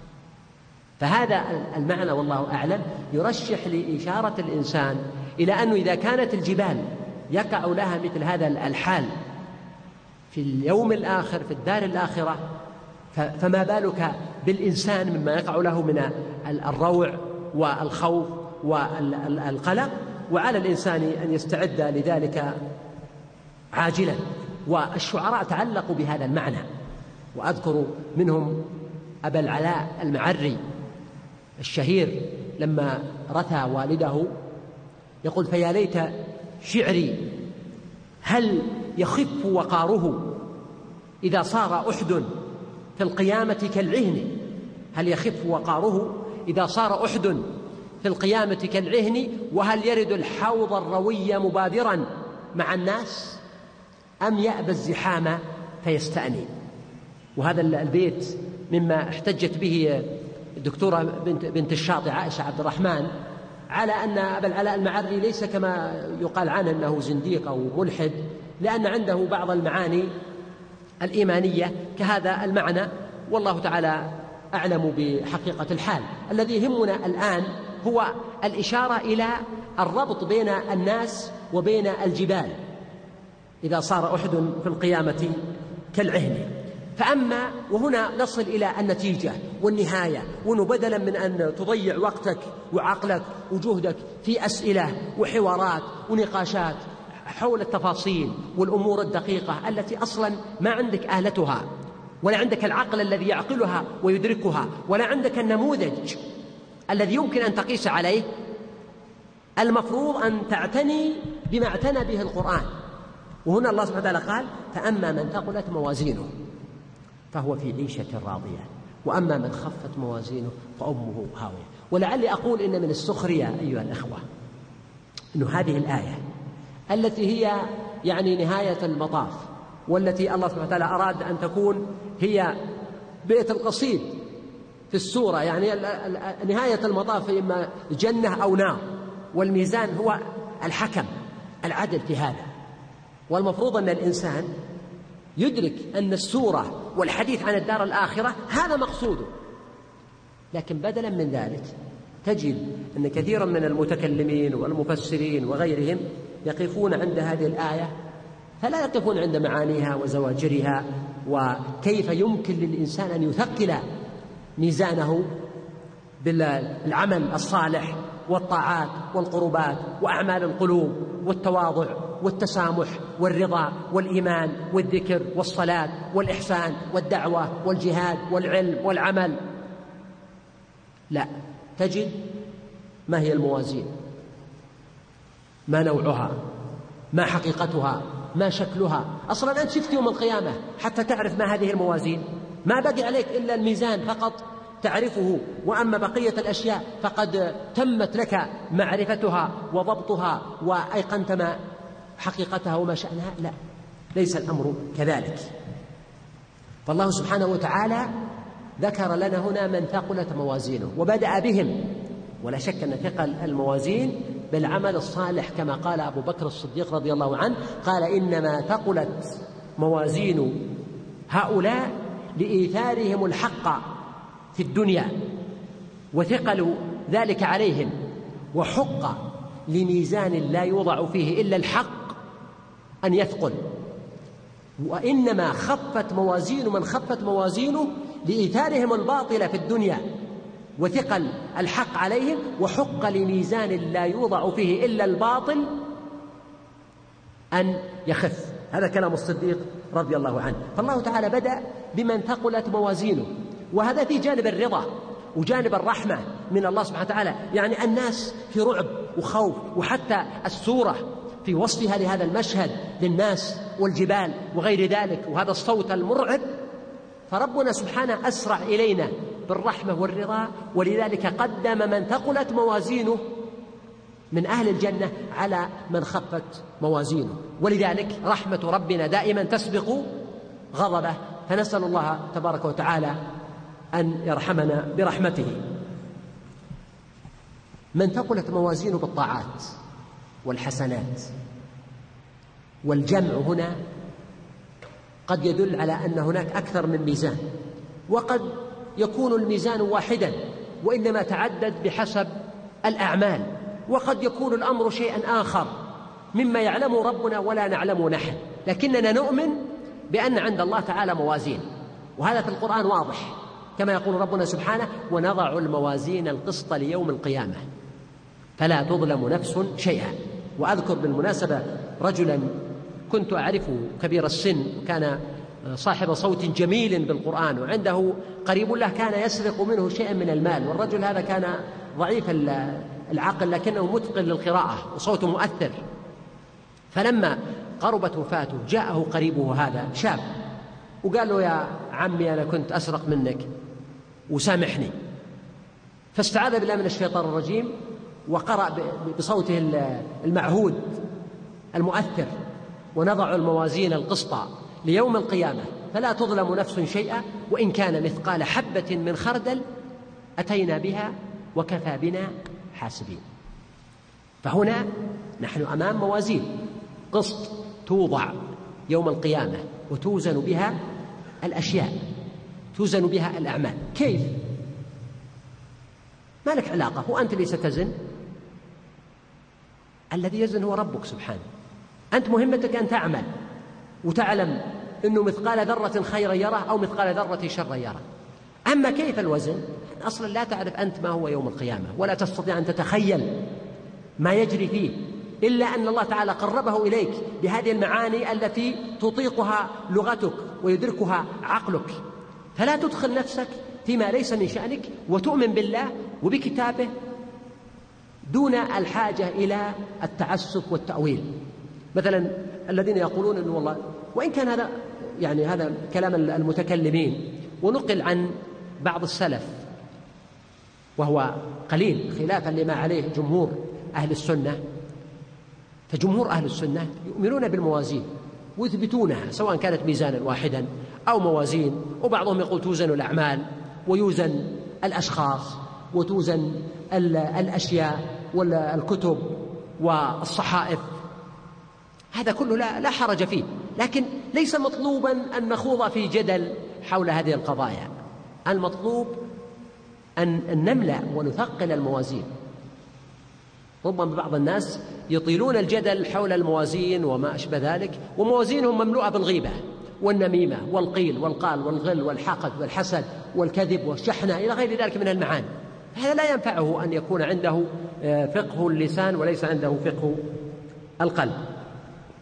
فهذا المعنى والله أعلم يرشح لإشارة الإنسان إلى أنه إذا كانت الجبال يقع لها مثل هذا الحال في اليوم الآخر في الدار الآخرة، فما بالك بالإنسان مما يقع له من الروع والخوف والقلق. وعلى الإنسان أن يستعد لذلك عاجلا. والشعراء تعلقوا بهذا المعنى، وأذكر منهم أبا العلاء المعري الشهير لما رثى والده يقول: فيا ليت شعري هل يخف وقاره إذا صار أحد في القيامة كالعهن. هل يخف وقاره إذا صار أحد في القيامة كالعهن، وهل يرد الحوض الروي مبادرا مع الناس، أم يأبى الزحام فيستأني. وهذا البيت مما احتجت به الدكتورة بنت الشاطئ عائشة عبد الرحمن على أن أبا العلاء المعري ليس كما يقال عنه أنه زنديق أو ملحد، لأن عنده بعض المعاني الإيمانية كهذا المعنى، والله تعالى أعلم بحقيقة الحال. الذي يهمنا الآن هو الإشارة إلى الربط بين الناس وبين الجبال إذا صار أحد في القيامة كالعهن. فأما وهنا نصل إلى النتيجة والنهاية، وأنه بدلا من أن تضيع وقتك وعقلك وجهدك في أسئلة وحوارات ونقاشات حول التفاصيل والأمور الدقيقة التي أصلا ما عندك آلتها، ولا عندك العقل الذي يعقلها ويدركها، ولا عندك النموذج الذي يمكن أن تقيس عليه، المفروض أن تعتني بما اعتنى به القرآن. وهنا الله سبحانه وتعالى قال: فأما من ثقلت موازينه فهو في عيشة راضية، وأما من خفت موازينه فأمه هاوية. ولعلي أقول إن من السخرية أيها الأخوة إنه هذه الآية التي هي يعني نهاية المطاف، والتي الله سبحانه وتعالى أراد أن تكون هي بيت القصيد في السورة، يعني نهاية المطاف إما جنة أو نار، والميزان هو الحكم العدل في هذا. والمفروض أن الإنسان يدرك أن السورة والحديث عن الدار الآخرة هذا مقصوده، لكن بدلا من ذلك تجد أن كثيرا من المتكلمين والمفسرين وغيرهم يقفون عند هذه الآية، فلا يقفون عند معانيها وزواجرها، وكيف يمكن للإنسان أن يثقل ميزانه بالعمل الصالح والطاعات والقربات وأعمال القلوب والتواضع والتسامح والرضا والإيمان والذكر والصلاة والإحسان والدعوة والجهاد والعلم والعمل. لا، تجد ما هي الموازين، ما نوعها، ما حقيقتها، ما شكلها. أصلا أنت شفت يوم القيامة حتى تعرف ما هذه الموازين، ما بقي عليك إلا الميزان فقط تعرفه، وأما بقية الأشياء فقد تمت لك معرفتها وضبطها وأيقنت ما حقيقتها وما شأنها. لا، ليس الأمر كذلك. فالله سبحانه وتعالى ذكر لنا هنا من ثقلت موازينه وبدأ بهم، ولا شك أن ثقل الموازين بالعمل الصالح، كما قال أبو بكر الصديق رضي الله عنه، قال إنما ثقلت موازين هؤلاء لإيثارهم الحق في الدنيا وثقل ذلك عليهم، وحق لميزان لا يوضع فيه إلا الحق أن يثقل. وإنما خفت موازين من خفت موازينه لإيثارهم الباطل في الدنيا وثقل الحق عليهم، وحق لميزان لا يوضع فيه إلا الباطل أن يخف. هذا كلام الصديق رضي الله عنه. فالله تعالى بدأ بمن ثقلت موازينه، وهذا في جانب الرضا وجانب الرحمة من الله سبحانه وتعالى. يعني الناس في رعب وخوف، وحتى السورة في وصفها لهذا المشهد للناس والجبال وغير ذلك، وهذا الصوت المرعب، فربنا سبحانه أسرع إلينا بالرحمة والرضا، ولذلك قدم من ثقلت موازينه من أهل الجنة على من خفت موازينه. ولذلك رحمة ربنا دائما تسبق غضبه، فنسأل الله تبارك وتعالى أن يرحمنا برحمته. من ثقلت موازينه بالطاعات والحسنات، والجمع هنا قد يدل على أن هناك أكثر من ميزان، وقد يكون الميزان واحدا وإنما تعدد بحسب الأعمال، وقد يكون الأمر شيئا آخر مما يعلمه ربنا ولا نعلمه نحن، لكننا نؤمن بأن عند الله تعالى موازين، وهذا في القرآن واضح، كما يقول ربنا سبحانه: ونضع الموازين القسط ليوم القيامة فلا تظلم نفس شيئا. وأذكر بالمناسبة رجلا كنت أعرفه كبير السن، كان صاحب صوت جميل بالقرآن، وعنده قريب له كان يسرق منه شيئا من المال، والرجل هذا كان ضعيف العقل لكنه متقن للقراءة وصوته مؤثر. فلما قربت وفاته جاءه قريبه هذا شاب وقال له: يا عمي أنا كنت أسرق منك وسامحني. فاستعاذ بالله من الشيطان الرجيم وقرأ بصوته المعهود المؤثر: ونضع الموازين القسط ليوم القيامة فلا تظلم نفس شيئا وإن كان مثقال حبة من خردل أتينا بها وكفى بنا حاسبين. فهنا نحن أمام موازين قسط توضع يوم القيامة وتوزن بها الأشياء، توزن بها الأعمال. كيف؟ ما لك علاقة، هو أنت اللي ستزن، الذي يزن هو ربك سبحانه. أنت مهمتك أن تعمل وتعلم أنه مثقال ذرة خيرا يره أو مثقال ذرة شرا يره. أما كيف الوزن أصلا لا تعرف أنت ما هو يوم القيامة، ولا تستطيع أن تتخيل ما يجري فيه، إلا أن الله تعالى قربه إليك بهذه المعاني التي تطيقها لغتك ويدركها عقلك. فلا تدخل نفسك فيما ليس من شأنك، وتؤمن بالله وبكتابه دون الحاجة إلى التعسف والتأويل. مثلا الذين يقولون أنه والله، وإن كان هذا يعني هذا كلام المتكلمين ونقل عن بعض السلف وهو قليل خلافا لما عليه جمهور أهل السنة، فجمهور أهل السنة يؤمنون بالموازين ويثبتونها سواء كانت ميزانا واحدا أو موازين، وبعضهم يقول توزن الأعمال ويوزن الأشخاص وتوزن الأشياء والكتب والصحائف. هذا كله لا حرج فيه، لكن ليس مطلوبا أن نخوض في جدل حول هذه القضايا. المطلوب أن نملأ ونثقل الموازين. ربما بعض الناس يطيلون الجدل حول الموازين وما أشبه ذلك، وموازينهم مملوءة بالغيبة والنميمة والقيل والقال والغل والحقد والحسد والكذب والشحنة إلى غير ذلك من المعاني. هذا لا ينفعه أن يكون عنده فقه اللسان وليس عنده فقه القلب.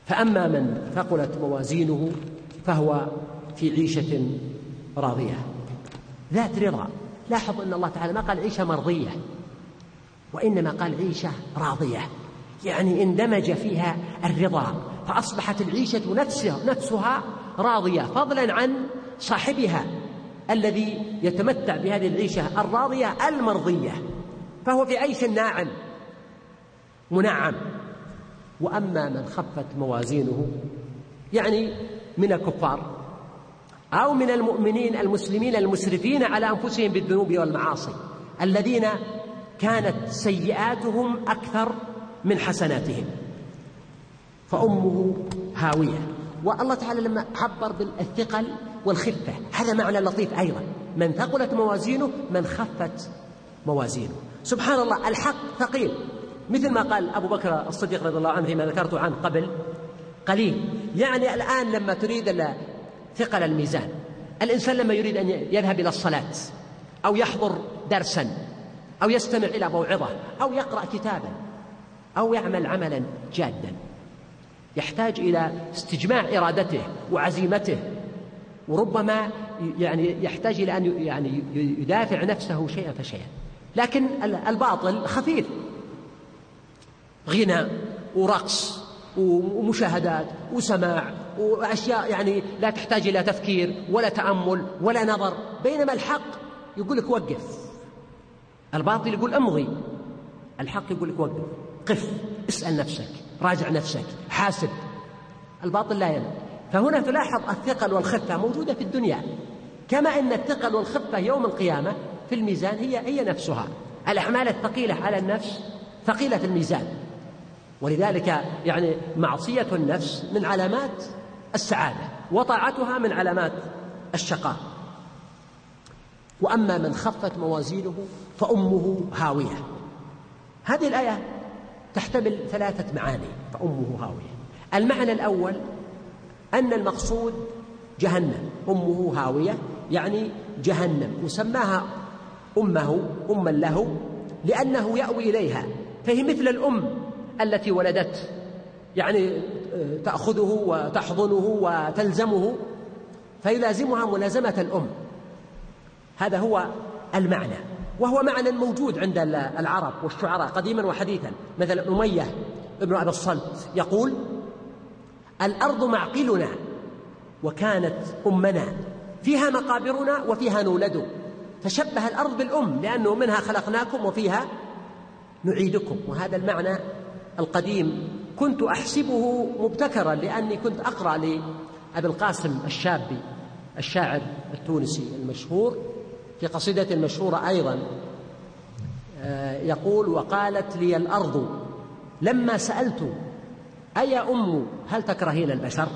فأما من ثقلت موازينه فهو في عيشة راضية ذات رضا. لاحظ أن الله تعالى ما قال عيشة مرضية، وإنما قال عيشة راضية، يعني اندمج فيها الرضا، فأصبحت العيشة نفسها راضية، فضلا عن صاحبها الذي يتمتع بهذه العيشة الراضية المرضية، فهو في عيش ناعم منعم. وأما من خفت موازينه، يعني من الكفار أو من المؤمنين المسلمين المسرفين على أنفسهم بالذنوب والمعاصي، الذين كانت سيئاتهم أكثر من حسناتهم، فأمه هاوية. والله تعالى لما عبر بالثقل والخفة، هذا معنى لطيف أيضا، من ثقلت موازينه من خفت موازينه. سبحان الله، الحق ثقيل، مثل ما قال أبو بكر الصديق رضي الله عنه فيما ذكرت عنه قبل قليل. يعني الآن لما تريد ثقل الميزان، الإنسان لما يريد أن يذهب إلى الصلاة أو يحضر درسا أو يستمع إلى موعظة أو يقرأ كتابا أو يعمل عملا جادا، يحتاج إلى استجماع إرادته وعزيمته، وربما يعني يحتاج إلى أن يعني يدافع نفسه شيئا فشيئا. لكن الباطل خفيف، غنى ورقص ومشاهدات وسماع وأشياء يعني لا تحتاج إلى تفكير ولا تأمل ولا نظر، بينما الحق يقول لك وقف. الباطل يقول امضي، الحق يقول لك وقف، قف، اسأل نفسك، راجع نفسك، حاسب. الباطل لا ينام. فهنا تلاحظ الثقل والخفة موجودة في الدنيا، كما أن الثقل والخفة يوم القيامة في الميزان هي نفسها. الأعمال الثقيلة على النفس ثقيلة الميزان، ولذلك يعني معصية النفس من علامات السعادة، وطاعتها من علامات الشقاء. وأما من خفت موازينه فأمه هاوية. هذه الآية تحتمل 3 معاني، فأمه هاوية. المعنى الأول أن المقصود جهنم، أمه هاوية يعني جهنم، وسماها أما له لأنه يأوي إليها، فهي مثل الأم التي ولدته، يعني تأخذه وتحضنه وتلزمه، فيلازمها ملازمة الأم. هذا هو المعنى، وهو معنى موجود عند العرب والشعراء قديما وحديثا. مثلا أمية ابن أبي الصلت يقول: الأرض معقلنا وكانت أمنا، فيها مقابرنا وفيها نولد. فشبه الأرض بالأم لأنه منها خلقناكم وفيها نعيدكم. وهذا المعنى القديم كنت أحسبه مبتكرا، لأني كنت أقرأ لأبي القاسم الشابي الشاعر التونسي المشهور في قصيدة المشهورة أيضا، يقول: وقالت لي الأرض لما سألت أيا أم هل تكرهين البشر؟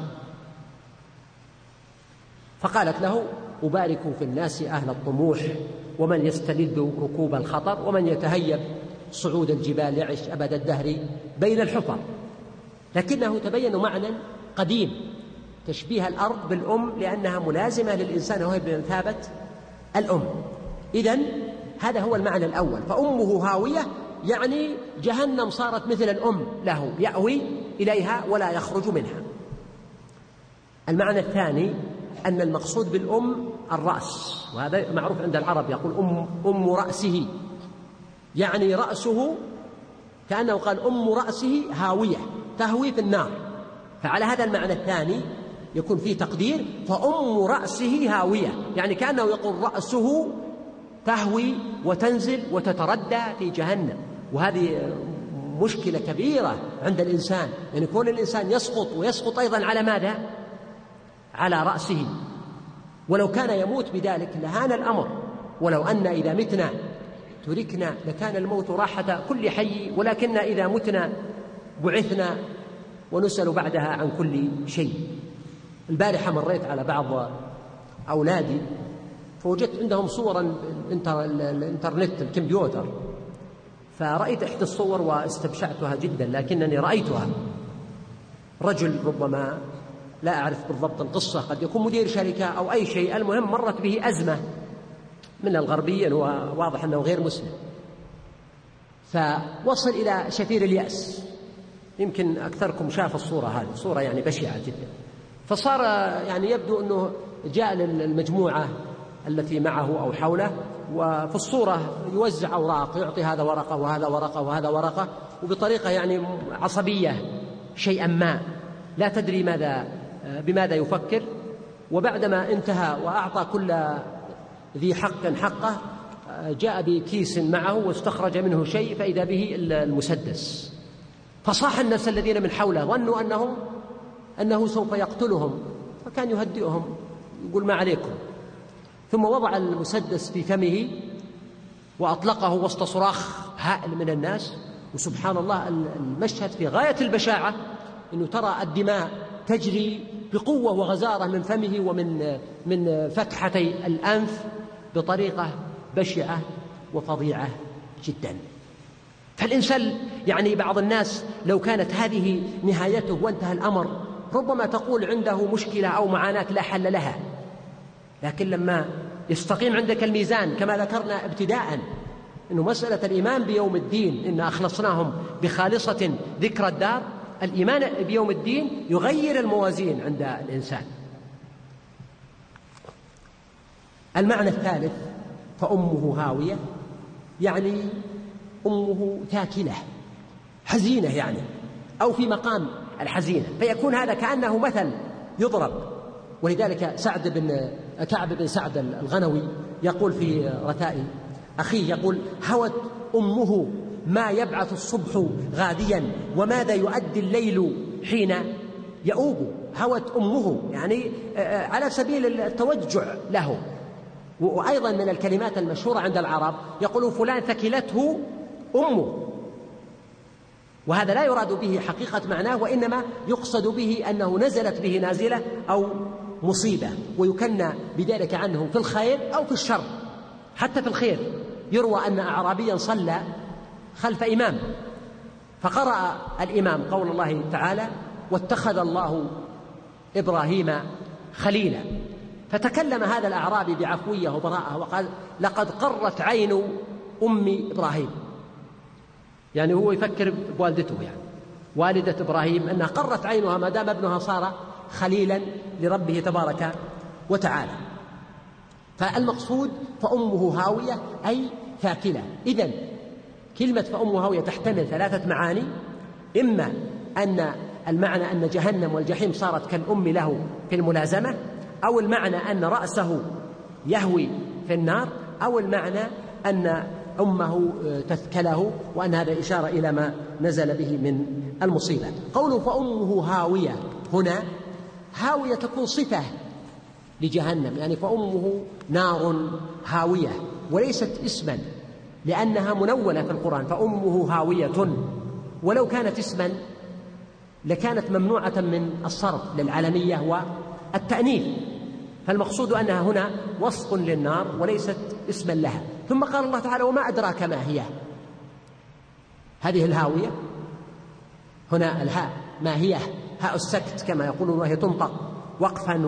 فقالت له: أبارك في الناس أهل الطموح، ومن يستلذ ركوب الخطر، ومن يتهيب صعود الجبال يعش أبد الدهر بين الحفر. لكنه تبين معنى قديم، تشبيه الأرض بالأم لأنها ملازمة للإنسان وهي بمثابة الأم. إذن هذا هو المعنى الأول، فأمه هاوية يعني جهنم صارت مثل الأم له، يأوي إليها ولا يخرج منها. المعنى الثاني أن المقصود بالأم الرأس، وهذا معروف عند العرب، يقول أم رأسه، يعني رأسه كأنه قال أم رأسه هاوية تهوي في النار. فعلى هذا المعنى الثاني يكون فيه تقدير فأم رأسه هاوية، يعني كأنه يقول رأسه تهوي وتنزل وتتردى في جهنم. وهذه مشكلة كبيرة عند الإنسان، يعني يكون الإنسان يسقط، ويسقط أيضا على ماذا؟ على رأسه. ولو كان يموت بذلك لهان الأمر، ولو أن إذا متنا تركنا لكان الموت راحة كل حي، ولكن إذا متنا بعثنا ونسأل بعدها عن كل شيء. البارحة مريت على بعض أولادي فوجدت عندهم صورا الإنترنت الكمبيوتر، فرأيت إحدى الصور واستبشعتها جدا، لكنني رأيتها رجل ربما لا أعرف بالضبط القصة، قد يكون مدير شركة أو أي شيء، المهم مرت به أزمة من الغربيين، وواضح أنه غير مسلم، فوصل إلى شفير اليأس، يمكن أكثركم شاف الصورة هذه، صورة يعني بشعة جدا. فصار يعني يبدو أنه جاء للمجموعة التي معه أو حوله، وفي الصورة يوزع أوراق، يعطي هذا ورقة وهذا ورقة وهذا ورقة، وبطريقة يعني عصبية شيئا ما لا تدري بماذا يفكر. وبعدما انتهى وأعطى كل ذي حق حقه جاء بكيس معه واستخرج منه شيء فإذا به المسدس. فصاح الناس الذين من حوله ظنوا أنه سوف يقتلهم، فكان يهدئهم يقول ما عليكم، ثم وضع المسدس في فمه وأطلقه وسط صراخ هائل من الناس. وسبحان الله المشهد في غاية البشاعة، أنه ترى الدماء تجري بقوة وغزارة من فمه ومن فتحتي الأنف بطريقة بشعة وفظيعة جدا. فالإنسان يعني بعض الناس لو كانت هذه نهايته وانتهى الأمر ربما تقول عنده مشكلة أو معاناة لا حل لها، لكن لما يستقيم عندك الميزان كما ذكرنا ابتداء أنه مسألة الإيمان بيوم الدين إن أخلصناهم بخالصة ذكر الدار، الإيمان بيوم الدين يغير الموازين عند الإنسان. المعنى الثالث فأمه هاوية، يعني أمه ثاكلة حزينة يعني، أو في مقام الحزينة، فيكون هذا كأنه مثل يضرب. ولذلك كعب بن سعد الغنوي يقول في رثاء أخيه، يقول هوت أمه ما يبعث الصبح غاديا وماذا يؤدي الليل حين يؤوب. هوت أمه يعني على سبيل التوجع له. وأيضا من الكلمات المشهورة عند العرب يقول فلان ثكلته أمه، وهذا لا يراد به حقيقة معناه، وإنما يقصد به أنه نزلت به نازلة أو مصيبة، ويكنى بذلك عنه في الخير أو في الشر. حتى في الخير يروى أن أعرابيا صلى خلف إمام، فقرأ الإمام قول الله تعالى واتخذ الله إبراهيم خليلا، فتكلم هذا الأعرابي بعفوية وبراءة وقال لقد قرت عين أم إبراهيم، يعني هو يفكر بوالدته، يعني والدة إبراهيم أنها قرت عينها ما دام ابنها صار خليلا لربه تبارك وتعالى. فالمقصود فأمه هاوية أي ثاكلة. إذن كلمة فأمه هاوية تحتمل ثلاثة معاني، إما أن المعنى أن جهنم والجحيم صارت كالأم له في الملازمة، أو المعنى أن رأسه يهوي في النار، أو المعنى أن أمه تثكله، وأن هذا إشارة إلى ما نزل به من المصيبة. قوله فأمه هاوية، هنا هاوية تكون صفة لجهنم، يعني فأمه نار هاوية، وليست اسما لأنها منونة في القرآن، فأمه هاوية. ولو كانت اسما لكانت ممنوعة من الصرف للعلمية والتأنيث، فالمقصود أنها هنا وصف للنار وليست اسما لها. ثم قال الله تعالى وما أدراك ما هي. هذه الهاوية هنا الهاء ما هي هاء السكت كما يقولون، وهي تنطق وقفا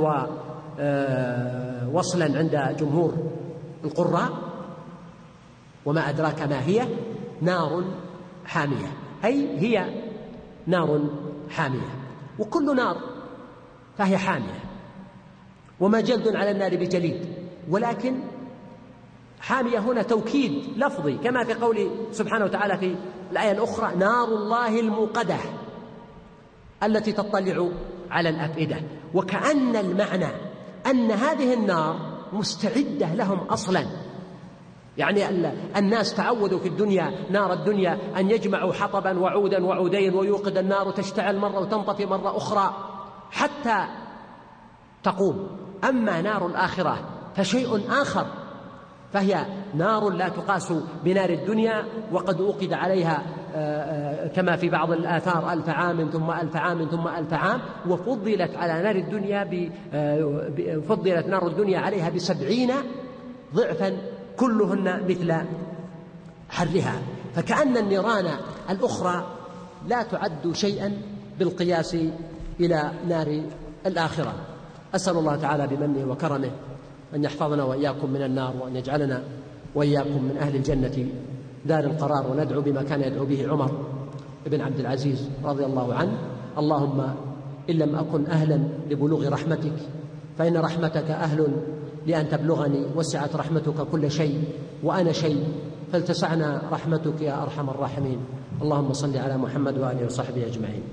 ووصلا عند جمهور القراء. وما أدراك ما هي نار حامية، أي هي نار حامية، وكل نار فهي حامية، وما جلد على النار بجليد، ولكن حامية هنا توكيد لفظي كما في قول سبحانه وتعالى في الآية الأخرى نار الله الموقدة التي تطلع على الأفئدة. وكأن المعنى أن هذه النار مستعدة لهم أصلا، يعني الناس تعودوا في الدنيا نار الدنيا أن يجمعوا حطبا وعودا وعودين ويوقد النار تشتعل مرة وتنطفي مرة أخرى حتى تقوم. أما نار الآخرة فشيء آخر، فهي نار لا تقاس بنار الدنيا، وقد أوقد عليها كما في بعض الآثار 1000 عام ثم 1000 عام ثم 1000 عام، وفضلت على نار الدنيا فضلت نار الدنيا عليها ب70 ضعفا كلهن مثل حرها. فكأن النيران الأخرى لا تعد شيئا بالقياس إلى نار الآخرة. أسأل الله تعالى بمنه وكرمه أن يحفظنا وإياكم من النار، وأن يجعلنا وإياكم من أهل الجنة دار القرار. وندعو بما كان يدعو به عمر بن عبد العزيز رضي الله عنه: اللهم إن لم أكن أهلا لبلوغ رحمتك فإن رحمتك أهل لأن تبلغني، وسعت رحمتك كل شيء وأنا شيء، فلتسعنا رحمتك يا أرحم الراحمين. اللهم صل على محمد وآله وصحبه أجمعين.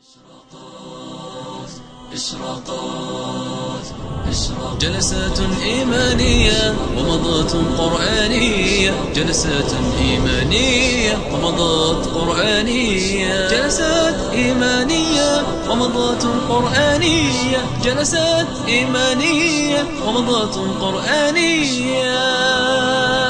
جلسات إيمانية ومضات قرآنية، جلسات إيمانية ومضات قرآنية، جلسات إيمانية ومضات قرآنية، جلسات إيمانية ومضات قرآنية.